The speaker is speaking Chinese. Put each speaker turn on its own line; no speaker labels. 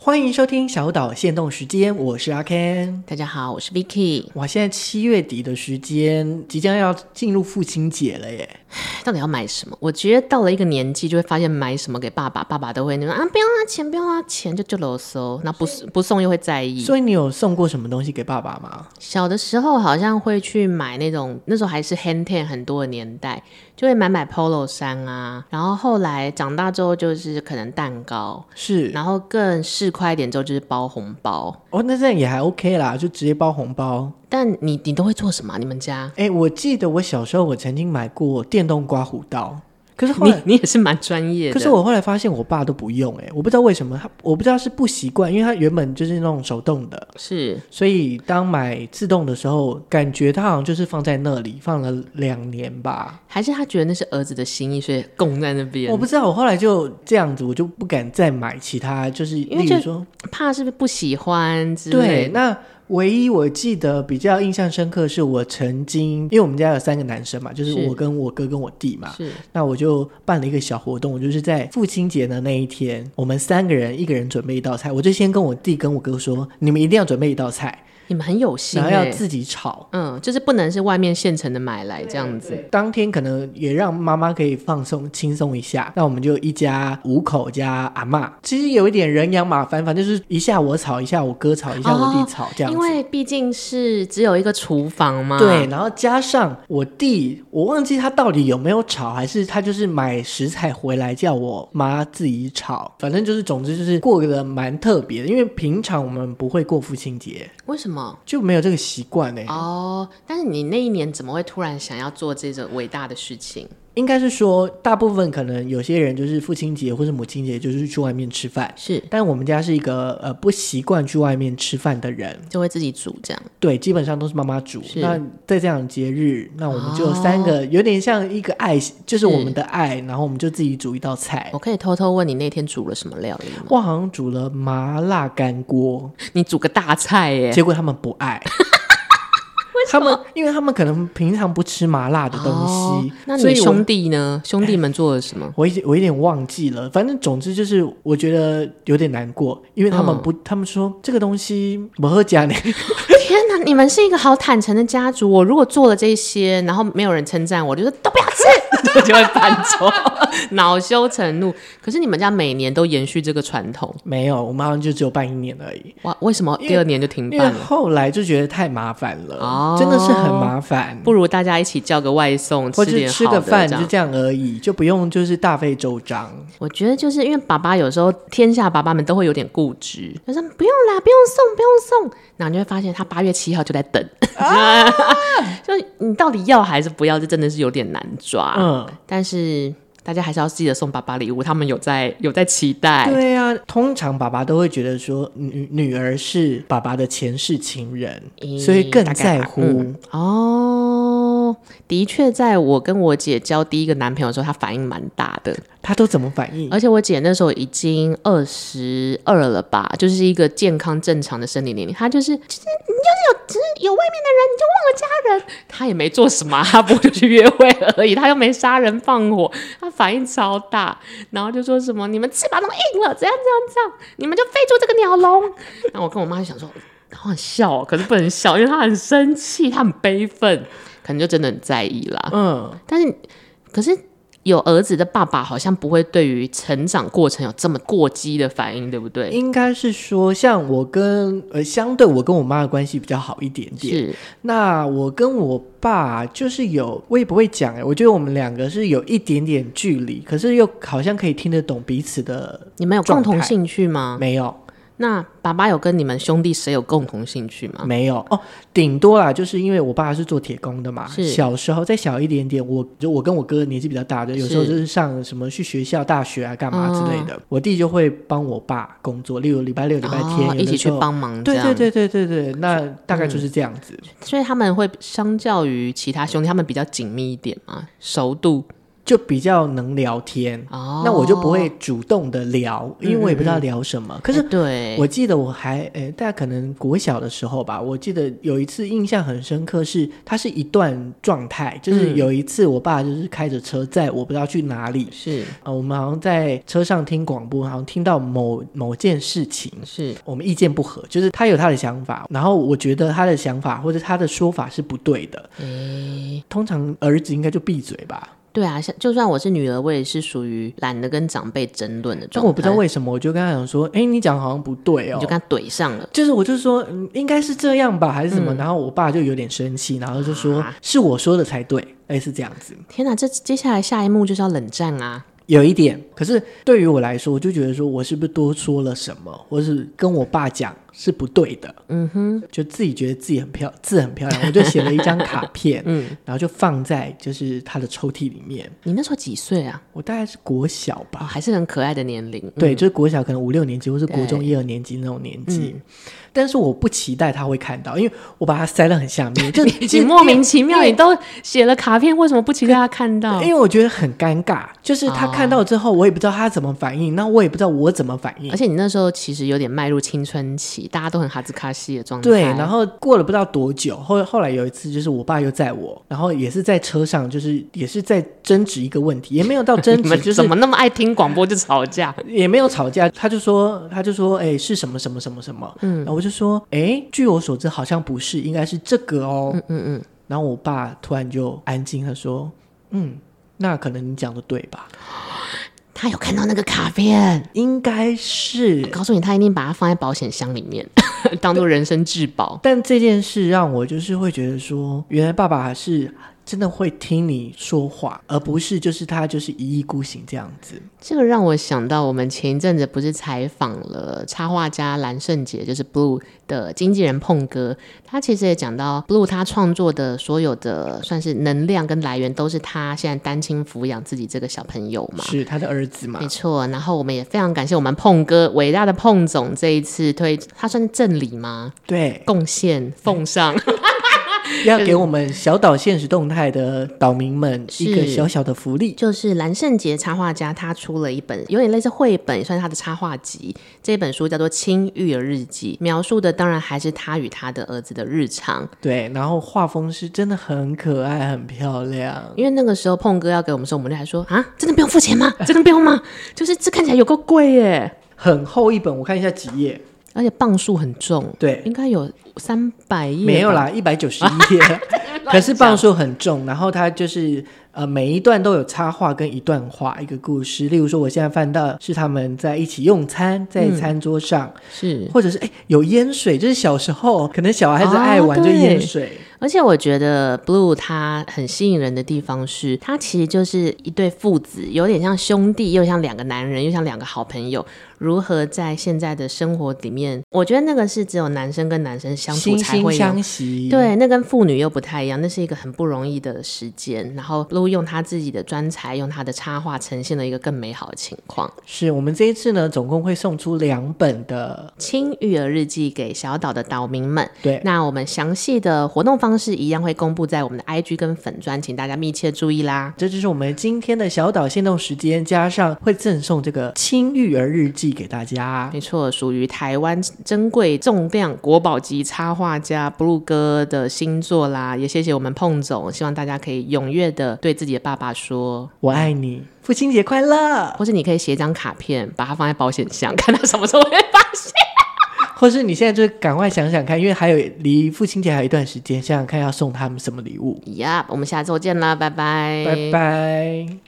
欢迎收听小岛限动时间，我是阿 Ken。
大家好，我是 Vicky。
哇，现在7月底的时间，即将要进入父亲节了耶！
到底要买什么？我觉得到了一个年纪，就会发现买什么给爸爸，爸爸都会那种不要花钱，不要花钱，就啰嗦，然后不送又会在意。
所以你有送过什么东西给爸爸吗？
小的时候好像会去买那种，那时候还是 hand tan 很多的年代，就会买 polo 衫啊。然后后来长大之后，就是可能蛋糕，
是，
然后更市侩一点之后就是包红包。
哦，那这样也还 OK 啦，就直接包红包。
但你都会做什么？你们家？
我记得我小时候我曾经买过电动刮胡刀，可是后来
你也是蛮专业的。
可是我后来发现我爸都不用，我不知道为什么，我不知道是不习惯，因为他原本就是那种手动的，
是，
所以当买自动的时候，感觉他好像就是放在那里放了2年吧，
还是他觉得那是儿子的心意，所以供在那边。
我不知道，我后来就这样子，我就不敢再买其他，就是例如说
怕是不是不喜欢之类的。
对，那唯一我记得比较印象深刻是我曾经，因为我们家有3个男生嘛，就是我跟我哥跟我弟嘛，
是，
那我就办了一个小活动，我就是在父亲节的那一天，我们3个人一个人准备一道菜，我就先跟我弟跟我哥说，你们一定要准备一道菜。
你们很有心，
然后要自己炒，
就是不能是外面现成的买来这样子。
当天可能也让妈妈可以放松轻松一下，那我们就一家5口加阿嬷，其实有一点人仰马翻，反正就是一下我炒，一下我哥炒，一下我弟炒这样子。
因为毕竟是只有一个厨房嘛。
对，然后加上我弟，我忘记他到底有没有炒，还是他就是买食材回来叫我妈自己炒，反正就是总之就是过得蛮特别的，因为平常我们不会过父亲节。
为什么？
就没有这个习惯
但是你那一年怎么会突然想要做这种伟大的事情？
应该是说大部分可能有些人就是父亲节或是母亲节就是去外面吃饭，
是，
但我们家是一个不习惯去外面吃饭的人，
就会自己煮这样。
对，基本上都是妈妈煮。那在这样的节日，那我们就3个有点像一个爱，就是我们的爱，然后我们就自己煮一道菜。
我可以偷偷问你那天煮了什么料理吗？
我好像煮了麻辣干锅。
你煮个大菜耶，
结果他们不爱。因为他们可能平常不吃麻辣的东西，
那你兄弟呢？兄弟们做了什么？
我有点忘记了，反正总之就是我觉得有点难过，因为他们不，他们说这个东西不好吃呢。
天哪，你们是一个好坦诚的家族。我如果做了这些，然后没有人称赞我，就说都不要吃，就会犯错，恼羞成怒。可是你们家每年都延续这个传统？
没有，我们好像就只有办1年而已。
哇，为什么第2年就停办了？
因为后来就觉得太麻烦了，真的是很麻烦。
不如大家一起叫个外送，
或者吃个饭，
就
这样而已，就不用就是大费周章。
我觉得就是因为爸爸有时候天下爸爸们都会有点固执，就说不用啦，不用送，不用送，然后你就会发现他8月7号就在等，就你到底要还是不要，这真的是有点难抓。但是大家还是要记得送爸爸礼物，他们有在期待。
对啊，通常爸爸都会觉得说女儿是爸爸的前世情人，所以更在乎。
的确，在我跟我姐交第一个男朋友的时候，她反应蛮大的。
她都怎么反应？
而且我姐那时候已经22了吧，就是一个健康正常的生理年龄。她就是你就是有外面的人，你就忘了家人。她也没做什么，她不就去约会而已，她又没杀人放火，她反应超大，然后就说什么你们翅膀都硬了，怎样，你们就飞出这个鸟笼。然后我跟我妈就想说，好想笑可是不能笑，因为她很生气，她很悲愤。可能就真的很在意啦。但是可是有儿子的爸爸好像不会对于成长过程有这么过激的反应，对不对？
应该是说像我跟相对我跟我妈的关系比较好一点点，
是。
那我跟我爸就是我也不会讲我觉得我们2个是有一点点距离，可是又好像可以听得懂彼此的。
你们有共同兴趣吗？
没有。
那爸爸有跟你们兄弟谁有共同兴趣吗？
没有顶多啦，就是因为我爸是做铁工的嘛，小时候再小一点点，我跟我哥年纪比较大的，有时候就是上什么去学校大学啊干嘛之类的，我弟就会帮我爸工作，例如礼拜6礼拜天，
一起去帮忙这样。
对，那大概就是这样子。
所以他们会相较于其他兄弟他们比较紧密一点嘛，熟度
就比较能聊天哦，那我就不会主动的聊，因为我也不知道聊什么。可是对，我记得我还大概可能国小的时候吧，我记得有一次印象很深刻是，它是一段状态，就是有一次我爸就是开着车载我不知道去哪里，是我们好像在车上听广播，好像听到某件事情，是我们意见不合，就是他有他的想法，然后我觉得他的想法或者他的说法是不对的。通常儿子应该就闭嘴吧。
对啊，就算我是女儿，我也是属于懒得跟长辈争论的状态。
但我不知道为什么，我就跟他讲说，你讲好像不对哦，
你就跟他怼上了。
就是我就说，应该是这样吧，还是什么？然后我爸就有点生气，然后就说，是我说的才对，是这样子。
天哪，这接下来下一幕就是要冷战啊。
有一点，可是对于我来说，我就觉得说我是不是多说了什么，或是跟我爸讲是不对的。就自己觉得自己字很漂亮，我就写了一张卡片，然后就放在就是他的抽屉里面。
你那时候几岁啊？
我大概是国小吧，
还是很可爱的年龄。
对，就是国小可能5、6年级，或是国中1、2年级那种年纪。但是我不期待他会看到，因为我把它塞得很下面。就
你莫名其妙，你都写了卡片，为什么不期待他看到？
因为我觉得很尴尬，就是他看到之后，我也不知道他怎么反应，那我也不知道我怎么反应。
而且你那时候其实有点迈入青春期，大家都很哈兹卡西的状态。
对，然后过了不知道多久，后来有一次，就是我爸又载我，然后也是在车上，就是也是在争执一个问题，也没有到争执，就是
怎么那么爱听广播就吵架？
也没有吵架，他就说，是什么什么什么什么，然后我就说，据我所知好像不是，应该是这个哦。然后我爸突然就安静，他说，那可能你讲的对吧？
他有看到那个卡片，
应该是。
我告诉你，他一定把它放在保险箱里面，当做人生至宝。
但这件事让我就是会觉得说，原来爸爸是真的会听你说话，而不是就是他就是一意孤行这样子。
这个让我想到，我们前一阵子不是采访了插画家蓝胜杰，就是 Blue 的经纪人碰哥，他其实也讲到 Blue 他创作的所有的算是能量跟来源，都是他现在单亲抚养自己这个小朋友嘛，
是他的儿子嘛，
没错。然后我们也非常感谢我们碰哥，伟大的碰总这一次他算是赠礼吗？
对，
贡献奉上。
要给我们小岛现实动态的岛民们一个小小的福利，
就是蓝胜杰插画家他出了一本有点类似绘本，也算是他的插画集。这本书叫做《轻育儿日记》，描述的当然还是他与他的儿子的日常。
对，然后画风是真的很可爱很漂亮。
因为那个时候碰哥要给我们说，我们就还说啊，真的不用付钱吗？真的不用吗？就是这看起来有够贵耶，
很厚一本，我看一下几页，
而且磅数很重，
对，
应该有300页，
没有啦，191页。可是磅数很重，然后它就是每一段都有插画跟一段话一个故事。例如说我现在翻到是他们在一起用餐，在餐桌上，是或者是有淹水，就是小时候可能小孩子爱玩就淹水。
而且我觉得 Blue 他很吸引人的地方是，他其实就是一对父子，有点像兄弟，又像2个男人，又像2个好朋友，如何在现在的生活里面，我觉得那个是只有男生跟男生相处才会有，惺惺
相惜。
对，那跟父女又不太一样，那是一个很不容易的时间。然后 Blue 用他自己的专才，用他的插画呈现了一个更美好的情况。
是我们这一次呢，总共会送出2本的
《轻育儿日记》给小岛的岛民们。
对，
那我们详细的活动方式一样会公布在我们的 IG 跟粉专，请大家密切注意啦。
这就是我们今天的小岛限动时间，加上会赠送这个《轻育儿日记》给大家。
没错，属于台湾珍贵重量国宝级插画家 Blue 哥的新作啦。也谢谢我们碰总，希望大家可以踊跃的对自己的爸爸说
我爱你，父亲节快乐。
或是你可以写一张卡片，把它放在保险箱，看他什么时候会发现。
或是你现在就赶快想想看，因为还有离父亲节还有一段时间，想想看要送他们什么礼物。
我们下周见啦，拜拜，
拜拜。